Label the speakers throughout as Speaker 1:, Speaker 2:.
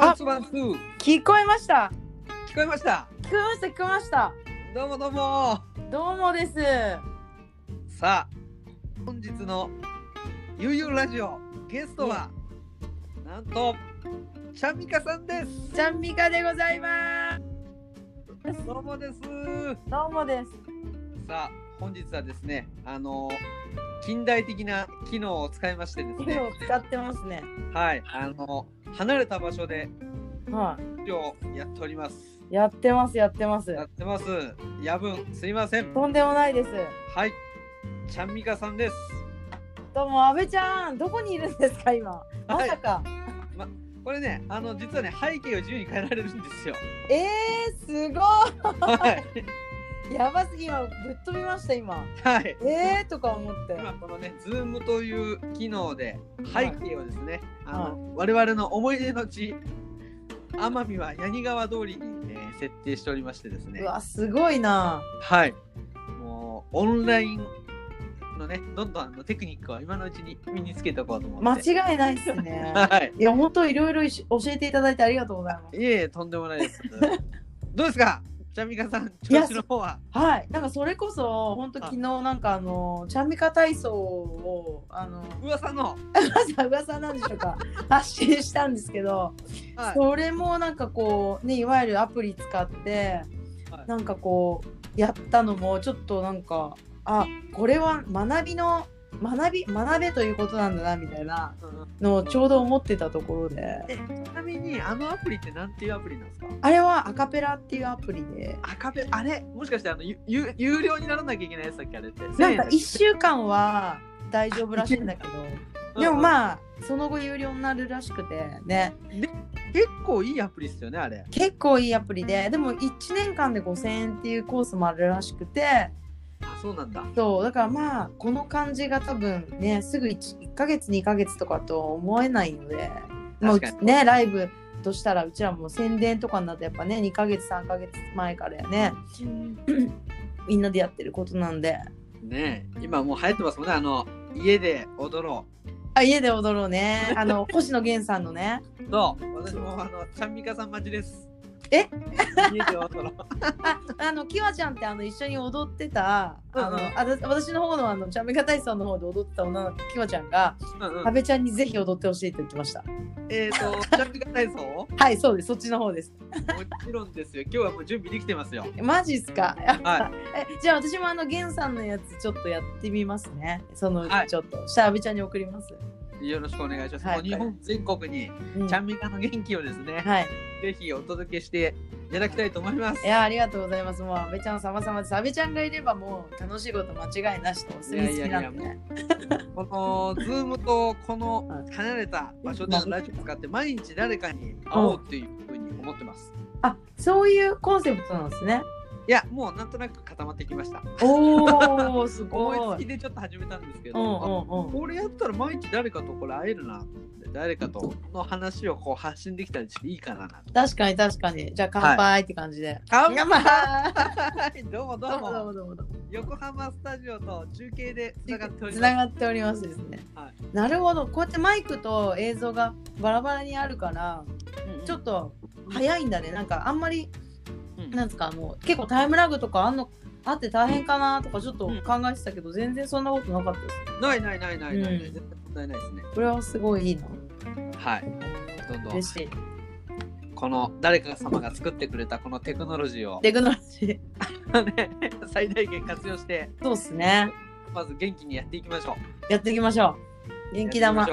Speaker 1: ワンツーワンツー。
Speaker 2: 聞こえました。
Speaker 1: 聞こえました。
Speaker 2: 聞こえました。聞こえました。
Speaker 1: どうもどうも。
Speaker 2: どうもです。
Speaker 1: さあ、本日のゆうゆうラジオゲストは、なんとちゃんみかさんです。
Speaker 2: ちゃんみかでございます。
Speaker 1: どうもです。
Speaker 2: どうもです。
Speaker 1: さあ、本日はですね、近代的な機能を使いましてですね。
Speaker 2: 機能を使ってますね。
Speaker 1: はい、離れた場所で
Speaker 2: は
Speaker 1: 今日やっております。
Speaker 2: やってます。
Speaker 1: やってます。夜分すいません。
Speaker 2: とんでもないです。
Speaker 1: はい、ちゃんみかさんです。
Speaker 2: どうも、阿部ちゃん、どこにいるんですか今。まさか。
Speaker 1: これね、実はね、背景を自由に変えられるんですよ。
Speaker 2: すごい。
Speaker 1: はい。
Speaker 2: やばすぎ、今ぶっ飛びました今。
Speaker 1: はい。
Speaker 2: とか思って。
Speaker 1: 今このね、ズームという機能で背景をですね、我々の思い出の地、奄美は八木川通りに、設定しておりましてですね。
Speaker 2: うわ、すごいな。
Speaker 1: はい。もうオンラインのね、どんどんテクニックは今のうちに身につけておこうと思って。
Speaker 2: 間違いないですね。
Speaker 1: はい。
Speaker 2: いや、本当いろいろ教えていただいてありがとうございます。
Speaker 1: いえ、とんでもないです。どうですか、ちゃんみかさん、調子の方は。
Speaker 2: はい、なんかそれこそ本当昨日なんかちゃんみか体操を
Speaker 1: 噂
Speaker 2: なんでしょうか発信したんですけど、はい、それもなんかこうね、いわゆるアプリ使って、はい、なんかこうやったのもちょっとなんか、これは学べということなんだなみたいなのをちょうど思ってたところで。
Speaker 1: ちなみにアプリってなんていうアプリなんですか？
Speaker 2: あれはアカペラっていうアプリで。
Speaker 1: あれもしかして有料にならなきゃいけないやつだっけ、あれって。
Speaker 2: なんか1週間は大丈夫らしいんだけどでもまあその後有料になるらしくてね。
Speaker 1: で結構いいアプリですよね、あれ。
Speaker 2: 結構いいアプリで、でも1年間で5000円っていうコースもあるらしくて。
Speaker 1: そうなんだ。
Speaker 2: そうだからまあこの感じが多分ね、すぐ 1ヶ月2ヶ月とかと思えないので、もうね、ライブとしたらうちらも宣伝とかになってやっぱね、2ヶ月3ヶ月前からやね、みんなでやってることなんで
Speaker 1: ね。今もう流行ってますもんね、家で踊ろう。
Speaker 2: 家で踊ろうね。星野源さんのね。
Speaker 1: そう、私もちゃんみかさん待ちです。
Speaker 2: 家
Speaker 1: で踊ろう。
Speaker 2: きわちゃんって一緒に踊ってた、私の方のちゃんみか体操の方で踊ってた女のきわちゃんが、阿部ちゃんにぜひ踊ってほしいって言ってました。
Speaker 1: ちゃんみか体操？
Speaker 2: はい、そうです。そっちの方です。
Speaker 1: もちろんですよ。今日はもう準備できてますよ。
Speaker 2: マジっすか？
Speaker 1: はい。
Speaker 2: じゃあ私も源さんのやつちょっとやってみますね。そのうちちょっと、したら阿部ちゃんに送ります。
Speaker 1: よろしくお願いします。もう日本全国にちゃんみかの元気をですね、ぜひお届けしていただきたいと思います。
Speaker 2: いや、ありがとうございます。もう阿部ちゃん様々です。阿部ちゃんがいればもう楽しいこと間違いなしとお墨付きなんでね。
Speaker 1: このズームとこの離れた場所でのラジオを使って毎日誰かに会おうというふうに思ってます。
Speaker 2: そういうコンセプトなんですね。
Speaker 1: いや、もうなんとなく固まってきました。
Speaker 2: おー、すごい。
Speaker 1: 思いつきでちょっと始めたんですけど、これやったら毎日誰かとこれ会えるな、誰かとの話をこう発信できたらいいかな。
Speaker 2: 確かに。じゃあ乾杯って感じで。
Speaker 1: 乾杯どうも。横浜スタジオと中継でつながっておりますですね。
Speaker 2: なるほど。こうやってマイクと映像がバラバラにあるから、ちょっと早いんだね。なんかあんまりなんですか、結構タイムラグとかあって大変かなとかちょっと考えてたけど、全然そんなことなかったです。
Speaker 1: ない。絶対問題ないですね。
Speaker 2: これはすごいいいな。
Speaker 1: はい。どんどん。
Speaker 2: 嬉しい。
Speaker 1: この誰か様が作ってくれたこのテクノロジーを最大限活用して、
Speaker 2: そうですね。
Speaker 1: まず元気にやっていきましょう。
Speaker 2: 元気玉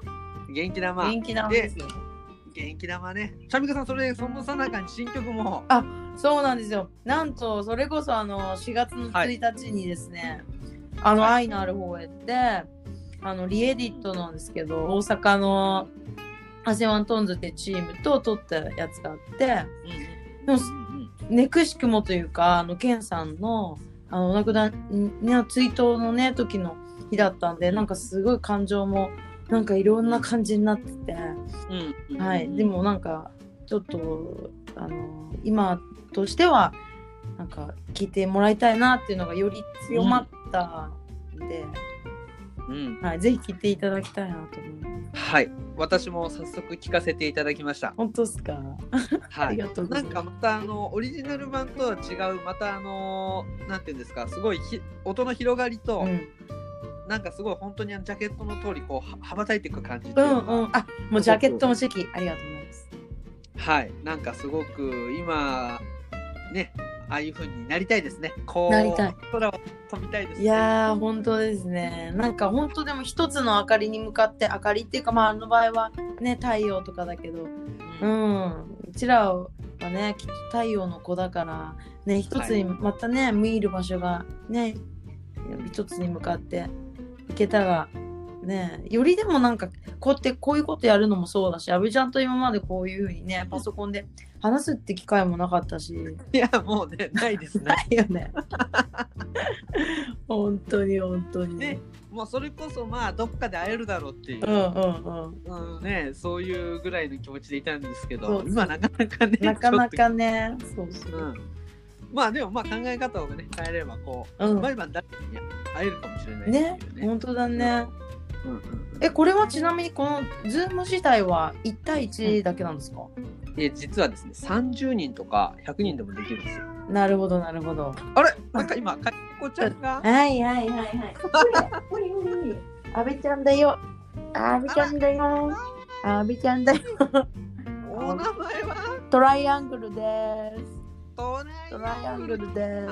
Speaker 2: ですよ。
Speaker 1: 元気玉ね。ちゃみかさん、そのさなかに新曲も。
Speaker 2: そうなんですよ。なんとそれこそ4月の1日にですね、愛のある方へってリエディットなんですけど、大阪のアセワントーンズってチームと撮ったやつがあって、でもネクシクもというかケンさんのお亡くなり追悼のね時の日だったんで、なんかすごい感情もなんかいろんな感じになってて、でもなんかちょっと今としてはなんか聞いてもらいたいなっていうのがより強まったんで、ぜひ聞いていただきたいなと思います。
Speaker 1: はい、 私も早速聞かせていただきました。
Speaker 2: 本当ですか？
Speaker 1: はい、
Speaker 2: ありがとうござます。
Speaker 1: ないんかまたオリジナル版とは違う、またなんていうんですか、すごい音の広がりと、なんかすごい本当にジャケットの通りこう羽ばたいていく感じっていうのが、
Speaker 2: あ、もうジャケットもチェキありがとうございます。
Speaker 1: はい、なんかすごく今ね、ああいう風になりたいですね。こう
Speaker 2: なりたい。
Speaker 1: 空を飛びたいですね。
Speaker 2: いやー本当ですね。なんか本当でも一つの明かりに向かって、明かりっていうかまあ場合はね太陽とかだけど、うちらはねきっと太陽の子だからね、一つにまたね、見る場所がね一つに向かっていけたらね、よりでもなんかこういうことやるのもそうだし、阿部ちゃんと今までこういう風にねパソコンで話すって機会もなかったし、
Speaker 1: いやもうねないですね。
Speaker 2: ないよね。本当に本当に
Speaker 1: ね、もうそれこそまあどっかで会えるだろうっていう、ね、そういうぐらいの気持ちでいたんですけど、今なかなかね、
Speaker 2: なかなかね、そうそう、
Speaker 1: まあでもまあ考え方をね変えればこう、毎晩誰に会えるかもしれないっていうね。
Speaker 2: 本当だね。これはちなみにこのズーム自体は1対1だけなんですか？
Speaker 1: 実はですね、30人とか100人でもできるんですよ。
Speaker 2: なるほどなるほど。
Speaker 1: あれ、なんか今かっこちゃんが、
Speaker 2: はいほり阿部ちゃんだよ、阿部ちゃんだよ、阿部ちゃんだよ。
Speaker 1: お名前は
Speaker 2: トライアングルです。
Speaker 1: ト
Speaker 2: ライアングルです。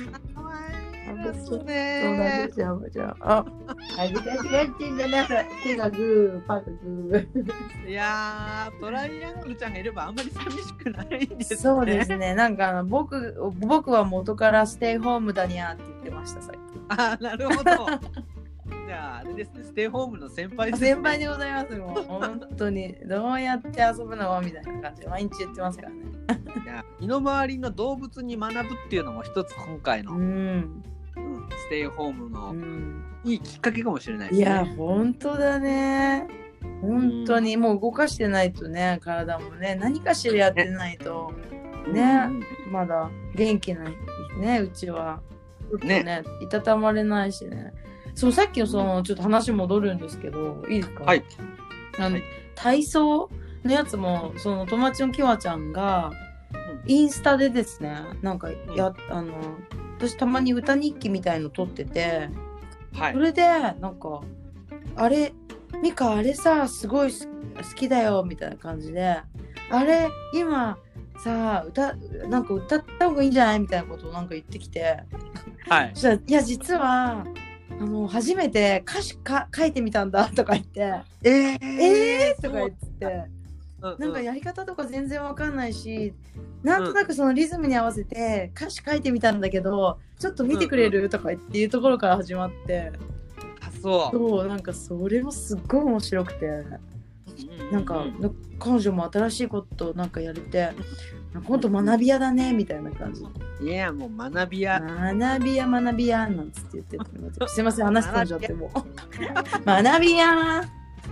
Speaker 1: そうなんです
Speaker 2: よ。あ、恥ずかしがってんじゃなくて、手がグー、パーがグ
Speaker 1: ー。いやー、トライアングルちゃんがいればあんまり寂しくないんですね。
Speaker 2: そうですね。なんか僕は元からステイホームだにゃーって言ってました、さっき。
Speaker 1: あ、なるほど。じゃああれですね、ステイホームの先輩ですね。
Speaker 2: 先輩でございます。もう本当にどうやって遊ぶのみたいな感じで毎日言ってますからね。
Speaker 1: いや、身の回りの動物に学ぶっていうのも一つ今回の、ステイホームのいいきっかけかもしれないですね。
Speaker 2: いや本当だね。本当にもう動かしてないとね、体もね何かしらやってないとね、まだ元気ないね、うちはね、いたたまれないしね。そう、さっきのそのちょっと話戻るんですけど、いいですか？
Speaker 1: はい。
Speaker 2: 体操のやつもその友達のきわちゃんがインスタでですね、なんか私たまに歌日記みたいの撮ってて、それでなんかあれミカあれさすごい好きだよみたいな感じで、あれ今さなんか歌った方がいいんじゃないみたいなことをなんか言ってきて、そしたらいや実は初めて歌詞書いてみたんだとか言ってとか言ってなんかやり方とか全然わかんないし、なんとなくそのリズムに合わせて歌詞書いてみたんだけどちょっと見てくれるとかっていうところから始まって、そうなんかそれもすっごい面白くて、なんか彼女も新しいことなんかやれて、今度学び屋だねみたいな感じ。
Speaker 1: いやもう学び屋
Speaker 2: なんつって言ってて、すいません話飛んじゃってもう学び屋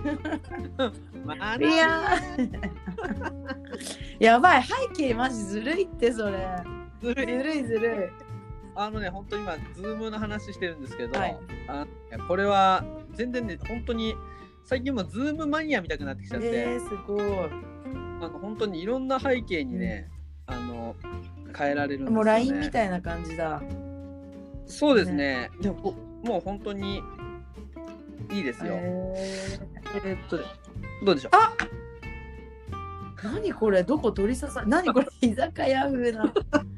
Speaker 2: 学び屋やばい、背景マジずるいってそれ。ずるい。
Speaker 1: 本当に今ズームの話してるんですけど、これは全然ね、本当に最近もズームマニア見たくなってきちゃって、
Speaker 2: すごい。
Speaker 1: 本当にいろんな背景にね、変えられるんですよね。
Speaker 2: もう LINE みたいな感じだ。
Speaker 1: そうですね。でももう本当にいいですよ。どうでしょう。
Speaker 2: あ、何これ、どこ取り刺さる、何これ、居酒屋風な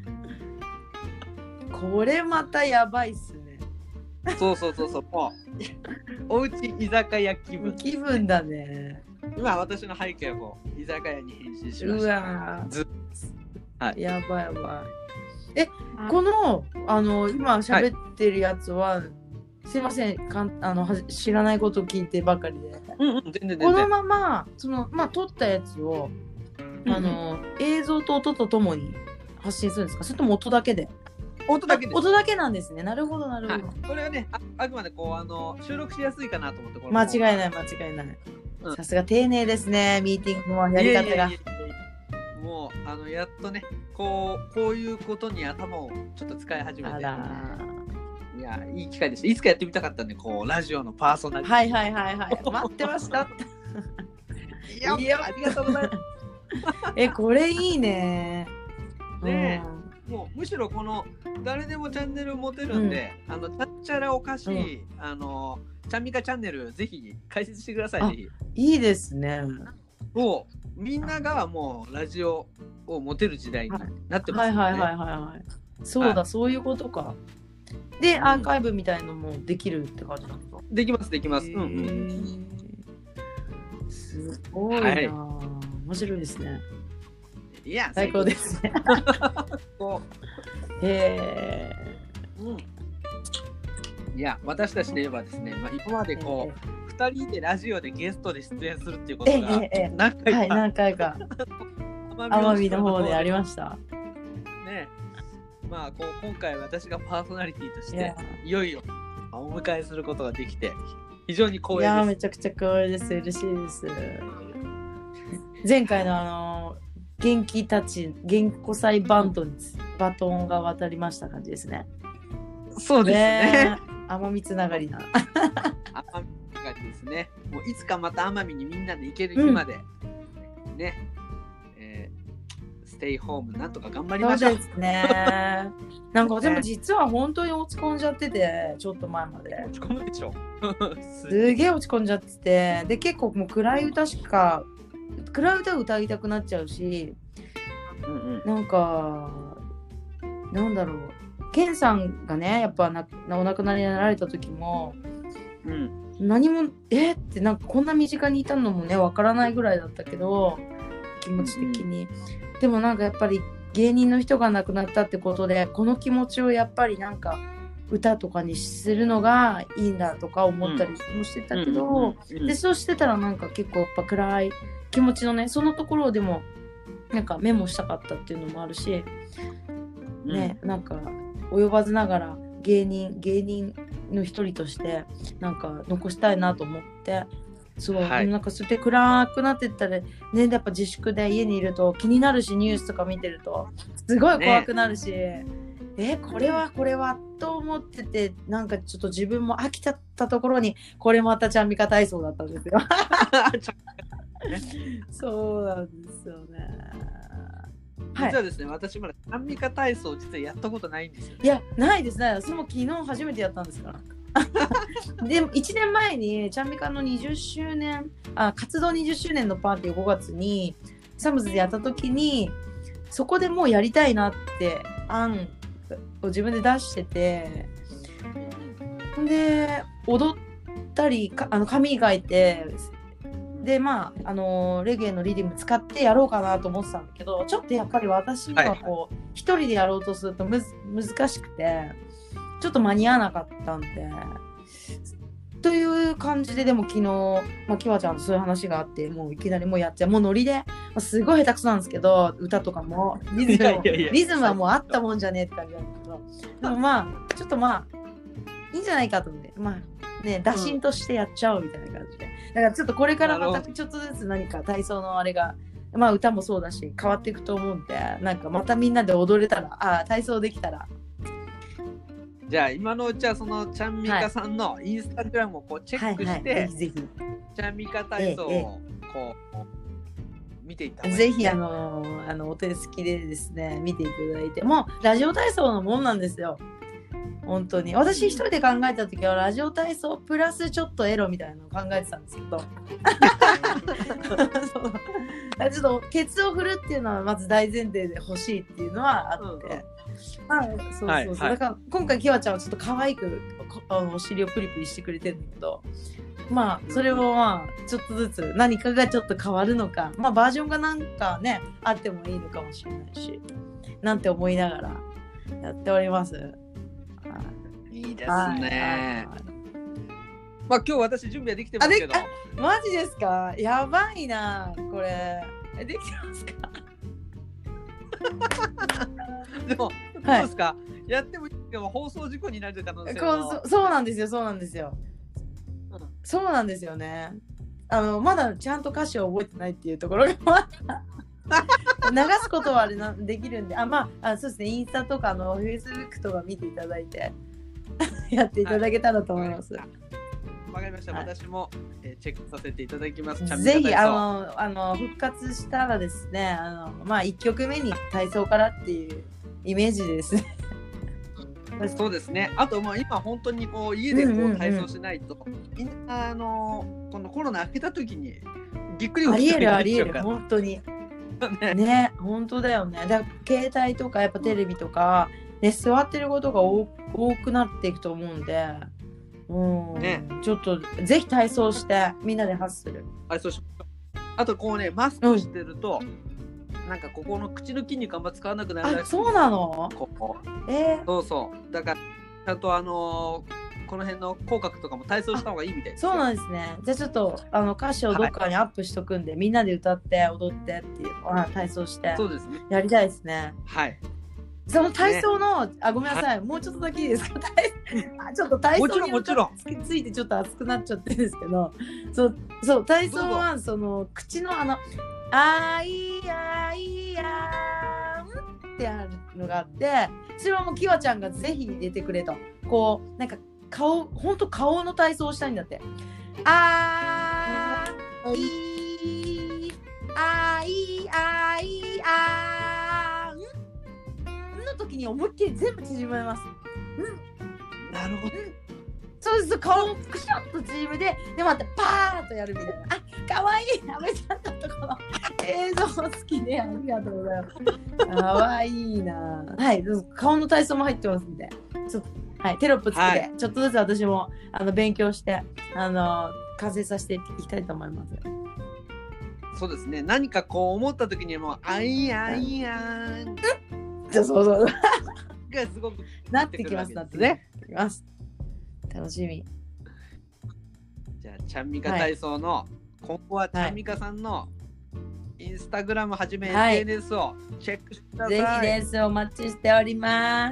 Speaker 2: これまたやばいっすね。
Speaker 1: そうもうおうち居酒屋気分
Speaker 2: だね。
Speaker 1: 今私の背景を居酒屋に変身しました。
Speaker 2: うわやばい。この今喋ってるやつは、すいません、知らないことを聞いてばかりで、
Speaker 1: 全然
Speaker 2: このまま撮ったやつを映像と音とともに発信するんですか？それとも音だけで？音だけなんですね。なるほど。
Speaker 1: これはね、あくまでこう収録しやすいかなと思って。
Speaker 2: 間違いない。さすが丁寧ですね、ミーティングのやり方が。
Speaker 1: もうやっとね、こういうことに頭をちょっと使い始めて、いやいい機会です。いつかやってみたかったんで、こうラジオのパーソナリティ。
Speaker 2: はい待ってました。
Speaker 1: いや、
Speaker 2: いや
Speaker 1: ありがとうございます。
Speaker 2: これいいね。
Speaker 1: ねもうむしろこの誰でもチャンネル持てるんで、ちゃっちゃらおかしい、ちゃんみかチャンネルぜひ開設してください。ぜ
Speaker 2: ひいいですね。
Speaker 1: もうみんながもうラジオを持てる時代になってますね。
Speaker 2: はい。そうだ、そういうことか。で、アーカイブみたいのもできるって感じなんですか？
Speaker 1: できます。
Speaker 2: すごいな、面白いですね。
Speaker 1: いや、
Speaker 2: 最高ですね。
Speaker 1: いや、私たちで言えばですね、今までこう、2人でラジオでゲストで出演するっていうことが
Speaker 2: 何回か奄美の方でありました。
Speaker 1: ね、こう今回私がパーソナリティとしていよいよお迎えすることができて非常に光栄です。
Speaker 2: いや、めちゃくちゃ光栄です。嬉しいです。前回の元気たち元子祭バンドにバトンが渡りました感じですね。
Speaker 1: そうですね。
Speaker 2: 奄美つながりな。
Speaker 1: 奄美つながりですね。もういつかまた奄美にみんなで行ける日まで、ね、ステイホームなんとか頑張りましょう。
Speaker 2: そうですね。なんかでも実は本当に落ち込んじゃってて、ちょっと前まで。
Speaker 1: 落ち込むでしょ。
Speaker 2: すげえ落ち込んじゃってて、で結構もう暗い歌を歌いたくなっちゃうし、なんかなんだろう。ケンさんがね、やっぱお亡くなりになられた時も、何もってなんかこんな身近にいたのもねわからないぐらいだったけど、気持ち的に、でもなんかやっぱり芸人の人が亡くなったってことで、この気持ちをやっぱりなんか歌とかにするのがいいんだとか思ったりもしてたけど、でそうしてたらなんか結構やっぱ暗い気持ちのね、そのところをでもなんかメモしたかったっていうのもあるし、ね、なんか及ばずながら芸人の一人としてなんか残したいなと思って、すごい、なんかそれで暗くなってったらね、やっぱ自粛で家にいると気になるし、ニュースとか見てるとすごい怖くなるし、これはと思ってて、なんかちょっと自分も飽きちゃったところにこれまたちゃんみか体操だったんですよ。そうなんですよね。
Speaker 1: 実はですね、私まだちゃんみか体操実はやったことないんですよ、ね。
Speaker 2: いや、ないですね。それも昨日初めてやったんですから。でも1年前にちゃんみかの20周年活動20周年のパーティーを5月にサムズでやった時に、そこでもうやりたいなって案を自分で出してて、で踊ったり髪描いて、でレゲエのリズム使ってやろうかなと思ってたんだけど、ちょっとやっぱり私にはこう一人でやろうとすると難しくてちょっと間に合わなかったんで、という感じで、でも昨日、きわちゃんとそういう話があって、もういきなりもうやっちゃう、もうノリで、すごい下手くそなんですけど、歌とかもリズムはもうあったもんじゃねえって感じなんだけど、でもちょっといいんじゃないかと思って、打診としてやっちゃおうみたいな感じで、だからちょっとこれからまたちょっとずつ何か体操のあれが、歌もそうだし変わっていくと思うんで、なんかまたみんなで踊れたら、体操できたら、
Speaker 1: じゃあ今のうちはそのちゃんみかさんのインスタグラムをこうチェックして、
Speaker 2: ぜひ
Speaker 1: ちゃんみか体操をこう見ていった方がいい。
Speaker 2: ぜひお手すきでですね見ていただいて、もうラジオ体操のもんなんですよ。本当に私一人で考えた時はラジオ体操プラスちょっとエロみたいなのを考えてたんですけどちょっとケツを振るっていうのはまず大前提で欲しいっていうのはあって、そう、だから今回きわちゃんはちょっと可愛くお尻をプリプリしてくれてるんだけど、それをちょっとずつ何かがちょっと変わるのか、バージョンがなんかねあってもいいのかもしれないし、なんて思いながらやっております。
Speaker 1: いいですね。今日私準備はできてますけど。
Speaker 2: マジですか？やばいなこれ。できてますか？
Speaker 1: でもどうですか？やってもいいけど放送事故になる可能性は。
Speaker 2: そうなんですよ。そうなんですよね。まだちゃんと歌詞を覚えてないっていうところが流すことはできるんで、そうですね、インスタとかフェイスブックとか見ていただいてやっていただけたらと思います。
Speaker 1: わかりました。
Speaker 2: はい
Speaker 1: 私も、チェックさせていただきます。
Speaker 2: ぜひ
Speaker 1: 体操
Speaker 2: 復活したらですね、まあ1曲目に体操からっていうイメージですね。
Speaker 1: そうですね。あと今本当にこう家でこ
Speaker 2: うんうんう
Speaker 1: うん体操しないと、みんなこのコロナ明けた時にぎっくり
Speaker 2: ありえ
Speaker 1: 腰になっ
Speaker 2: るありえる、
Speaker 1: ちゃうから
Speaker 2: 本当に。
Speaker 1: ね。
Speaker 2: ね、本当だよね。だから携帯とかやっぱテレビとか、ね、座ってることが多くなっていくと思うんで、
Speaker 1: ね
Speaker 2: ちょっとぜひ体操してみんなでハッスル。
Speaker 1: あとこうねマスクしてると、なんかここの口の筋肉あんま使わなくなるらしいんですよ。
Speaker 2: そうなの？
Speaker 1: ここ
Speaker 2: そう
Speaker 1: そうだからちゃんとこの辺の口角とかも体操した方がいいみたいですよ。
Speaker 2: そうなんですね。じゃあちょっと歌詞をどっかにアップしとくんで、みんなで歌って踊ってっていう体操して
Speaker 1: そうですね。
Speaker 2: やりたいですね。
Speaker 1: はい。
Speaker 2: その体操の、ごめんなさい、もうちょっとだけいいですか？ちょっと体操に
Speaker 1: もちろん
Speaker 2: ついてちょっと熱くなっちゃってるんですけど、そう体操はその口のあいあいあんってあるのがあって、それはもうきわちゃんがぜひ入れてくれと、こうなんかほんと顔の体操をしたいんだって。あいあいあいあんの時に思いっきり全部縮めます。
Speaker 1: なるほど。
Speaker 2: そうです。顔をクシャッと縮めて、でまたパーッとやるみたいな。かわいい。阿部ちゃんだとこの映像好きでありがとうございます。かわいいな。はい、顔の体操も入ってますんで、ちょっとはい、テロップつけて、はい、ちょっとずつ私も勉強して完成させていきたいと思います。
Speaker 1: そうですね。何かこう思った時にもあいあいあん。
Speaker 2: そう
Speaker 1: がすごく
Speaker 2: なってきますね。楽しみ。
Speaker 1: じゃあちゃんみか体操の、今後はちゃんみかさんのインスタグラムはじめ SNS をチェックしてください。
Speaker 2: ぜひです。お待ちしております。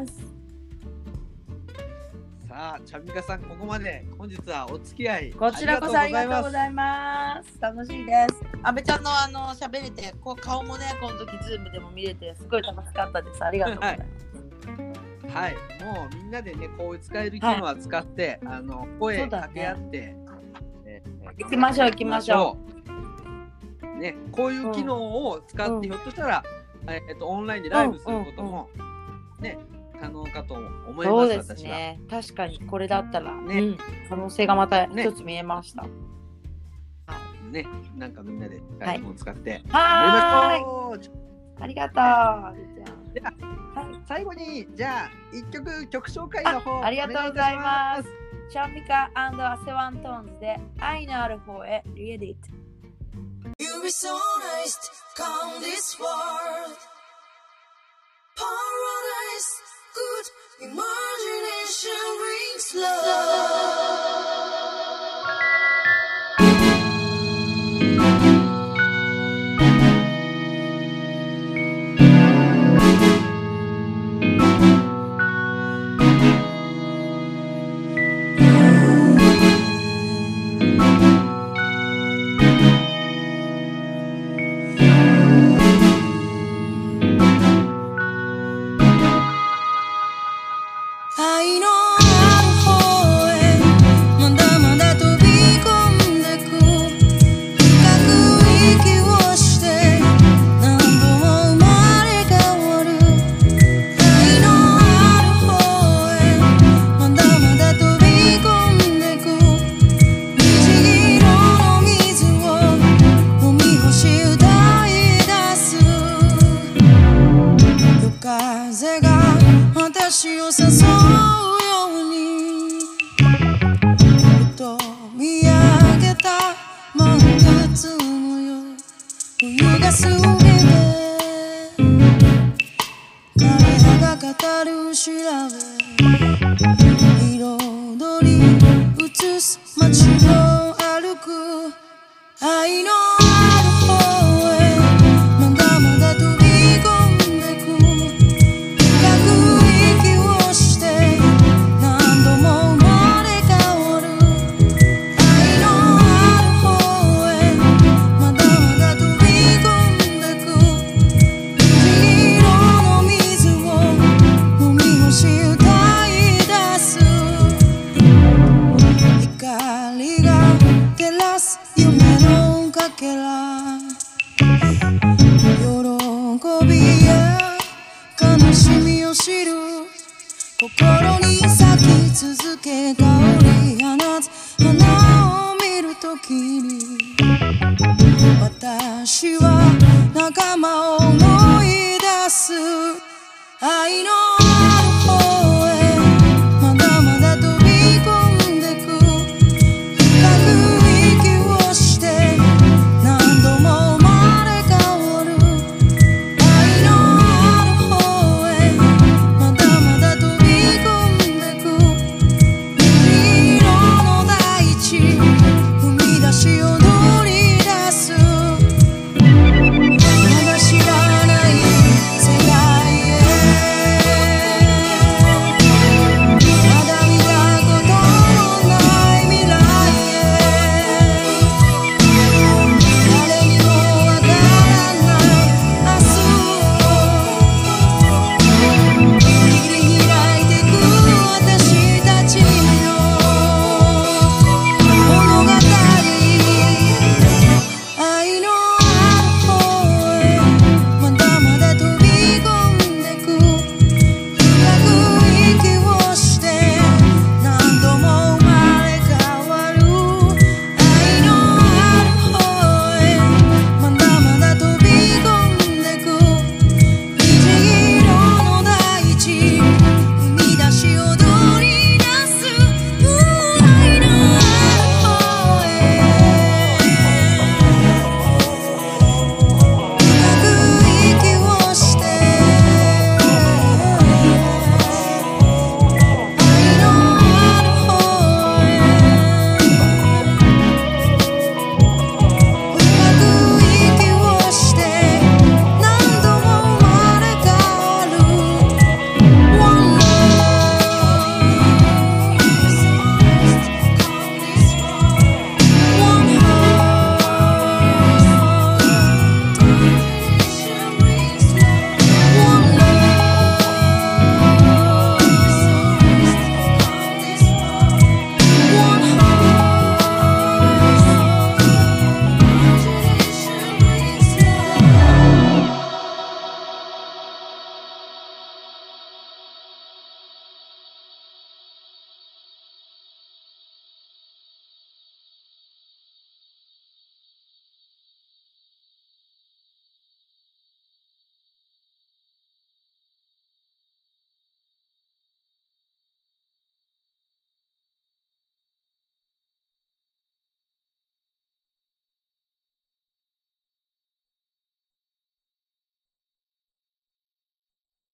Speaker 1: さあちゃんみかさん、ここまで本日はお付き合い
Speaker 2: こちらこそありがとうございます。楽しいです。阿部ちゃんの喋れて、こう顔もね、この時ズームでも見れてすごい楽しかったです。ありがとうございます。
Speaker 1: はい、もうみんなでね、こう使える機能は使って、声掛け合って、
Speaker 2: 行きましょ
Speaker 1: う。ね、こういう機能を使って、ひょっとしたら、オンラインでライブすることも、ね、可能かと思います。
Speaker 2: そうですね。確かにこれだったら、ね、可能性がまた一つ見えました。
Speaker 1: ね、なんかみんなでライブを使って、
Speaker 2: ありがとう。
Speaker 1: では、最後にじゃあ曲紹介の方
Speaker 2: ありがとうございます。ちゃんみか&アセワントーンズで愛のある方へリエディット。You be so nice to come this world. Paradise, good imagination brings love.
Speaker 3: 喜びや悲しみを知る心に咲き続け香り放つ花を見るときに私は仲間を